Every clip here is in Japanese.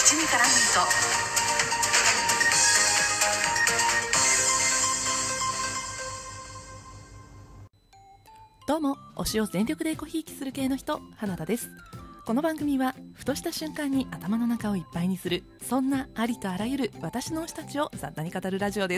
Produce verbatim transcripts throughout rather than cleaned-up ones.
七味からミート。 どうも、推しを全力でコヒーキする系の人、花田です。この番組はふとした瞬間に頭の中をいっぱいにする、そんなありとあらゆる私の推したちを雑多に語るラジオです。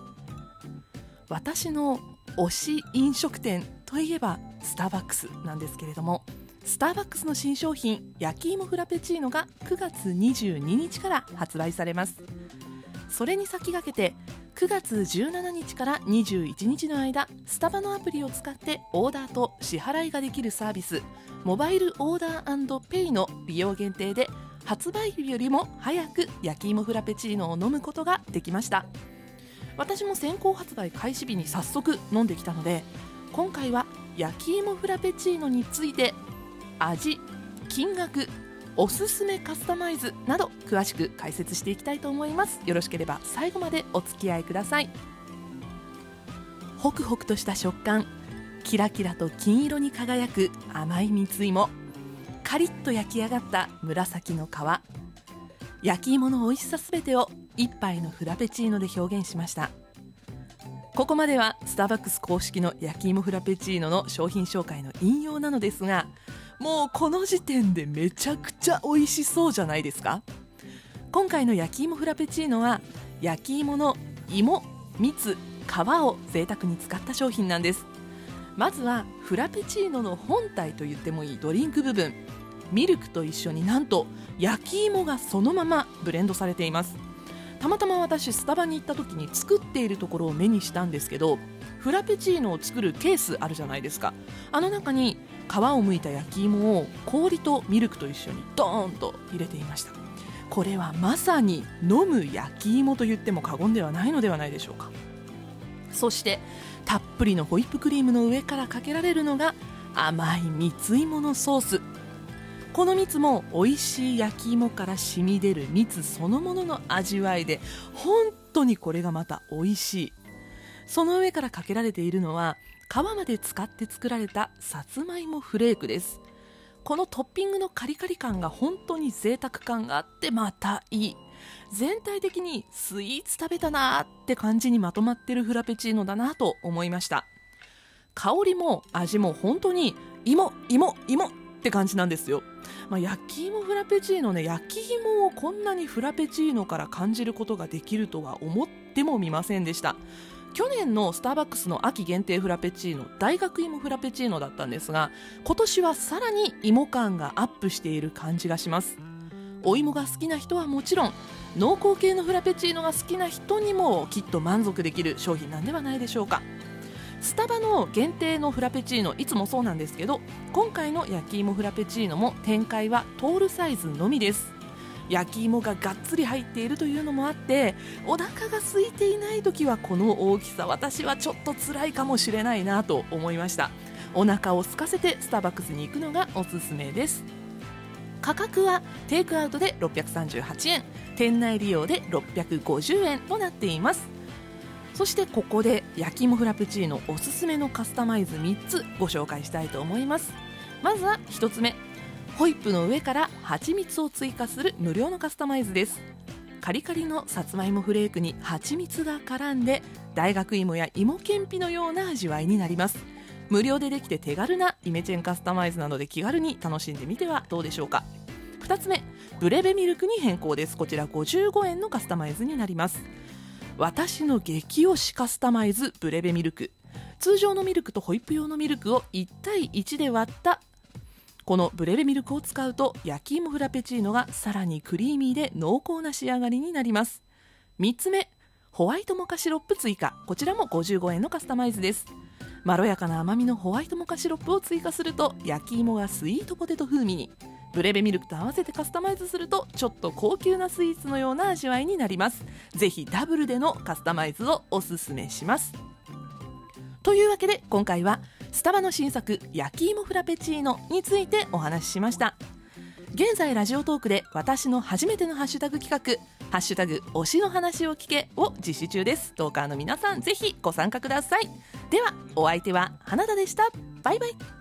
私の推し飲食店といえばスターバックスなんですけれども、スターバックスの新商品焼き芋フラペチーノがくがつにじゅうににちから発売されます。それに先駆けてくがつじゅうしちにちからにじゅういちにちの間、スタバのアプリを使ってオーダーと支払いができるサービス、モバイルオーダー&ペイの利用限定で発売日よりも早く焼き芋フラペチーノを飲むことができました。私も先行発売開始日に早速飲んできたので、今回は焼き芋フラペチーノについて味、金額、おすすめカスタマイズなど詳しく解説していきたいと思います。よろしければ最後までお付き合いください。ホクホクとした食感、キラキラと金色に輝く甘い蜜芋、カリッと焼き上がった紫の皮、焼き芋の美味しさすべてを一杯のフラペチーノで表現しました。ここまではスターバックス公式の焼き芋フラペチーノの商品紹介の引用なのですが、もうこの時点でめちゃくちゃ美味しそうじゃないですか。今回の焼き芋フラペチーノは焼き芋の芋、蜜、皮を贅沢に使った商品なんです。まずはフラペチーノの本体と言ってもいいドリンク部分、ミルクと一緒になんと焼き芋がそのままブレンドされています。たまたま私スタバに行った時に作っているところを目にしたんですけど、フラペチーノを作るケースあるじゃないですか。あの中に皮を剥いた焼き芋を氷とミルクと一緒にドーンと入れていました。これはまさに飲む焼き芋と言っても過言ではないのではないでしょうか。そしてたっぷりのホイップクリームの上からかけられるのが甘い蜜芋のソース。この蜜も美味しい焼き芋から染み出る蜜そのものの味わいで、本当にこれがまた美味しい。その上からかけられているのは皮まで使って作られたさつまいもフレークです。このトッピングのカリカリ感が本当に贅沢感があってまたいい。全体的にスイーツ食べたなーって感じにまとまってるフラペチーノだなと思いました。香りも味も本当に芋芋芋って感じなんですよ。まあ、焼き芋フラペチーノね、焼き芋をこんなにフラペチーノから感じることができるとは思ってもみませんでした。去年のスターバックスの秋限定フラペチーノ、大学芋フラペチーノだったんですが、今年はさらに芋感がアップしている感じがします。お芋が好きな人はもちろん、濃厚系のフラペチーノが好きな人にもきっと満足できる商品なんではないでしょうか。スタバの限定のフラペチーノいつもそうなんですけど、今回の焼き芋フラペチーノも展開はトールサイズのみです。焼き芋ががっつり入っているというのもあって、お腹が空いていない時はこの大きさ、私はちょっと辛いかもしれないなと思いました。お腹を空かせてスターバックスに行くのがおすすめです。価格はテイクアウトでろっぴゃくさんじゅうはちえん、店内利用でろっぴゃくごじゅうえんとなっています。そしてここで焼き芋フラペチーノおすすめのカスタマイズみっつご紹介したいと思います。まずはひとつめ、ホイップの上から蜂蜜を追加する無料のカスタマイズです。カリカリのさつまいもフレークに蜂蜜が絡んで、大学芋や芋けんぴのような味わいになります。無料でできて手軽なイメチェンカスタマイズなので気軽に楽しんでみてはどうでしょうか。ふたつめ、ブレベミルクに変更です。こちらごじゅうごえんのカスタマイズになります。私の激推しカスタマイズブレベミルク、通常のミルクとホイップ用のミルクをいちたいいちで割ったこのブレベミルクを使うと、焼き芋フラペチーノがさらにクリーミーで濃厚な仕上がりになります。みっつめ、ホワイトモカシロップ追加、こちらもごじゅうごえんのカスタマイズです。まろやかな甘みのホワイトモカシロップを追加すると、焼き芋がスイートポテト風味に。ブレベミルクと合わせてカスタマイズすると、ちょっと高級なスイーツのような味わいになります。ぜひダブルでのカスタマイズをおすすめします。というわけで今回はスタバの新作焼き芋フラペチーノについてお話ししました。現在ラジオトークで私の初めてのハッシュタグ企画、ハッシュタグ推しの話を聞けを実施中です。トーカーの皆さんぜひご参加ください。ではお相手は花田でした。バイバイ。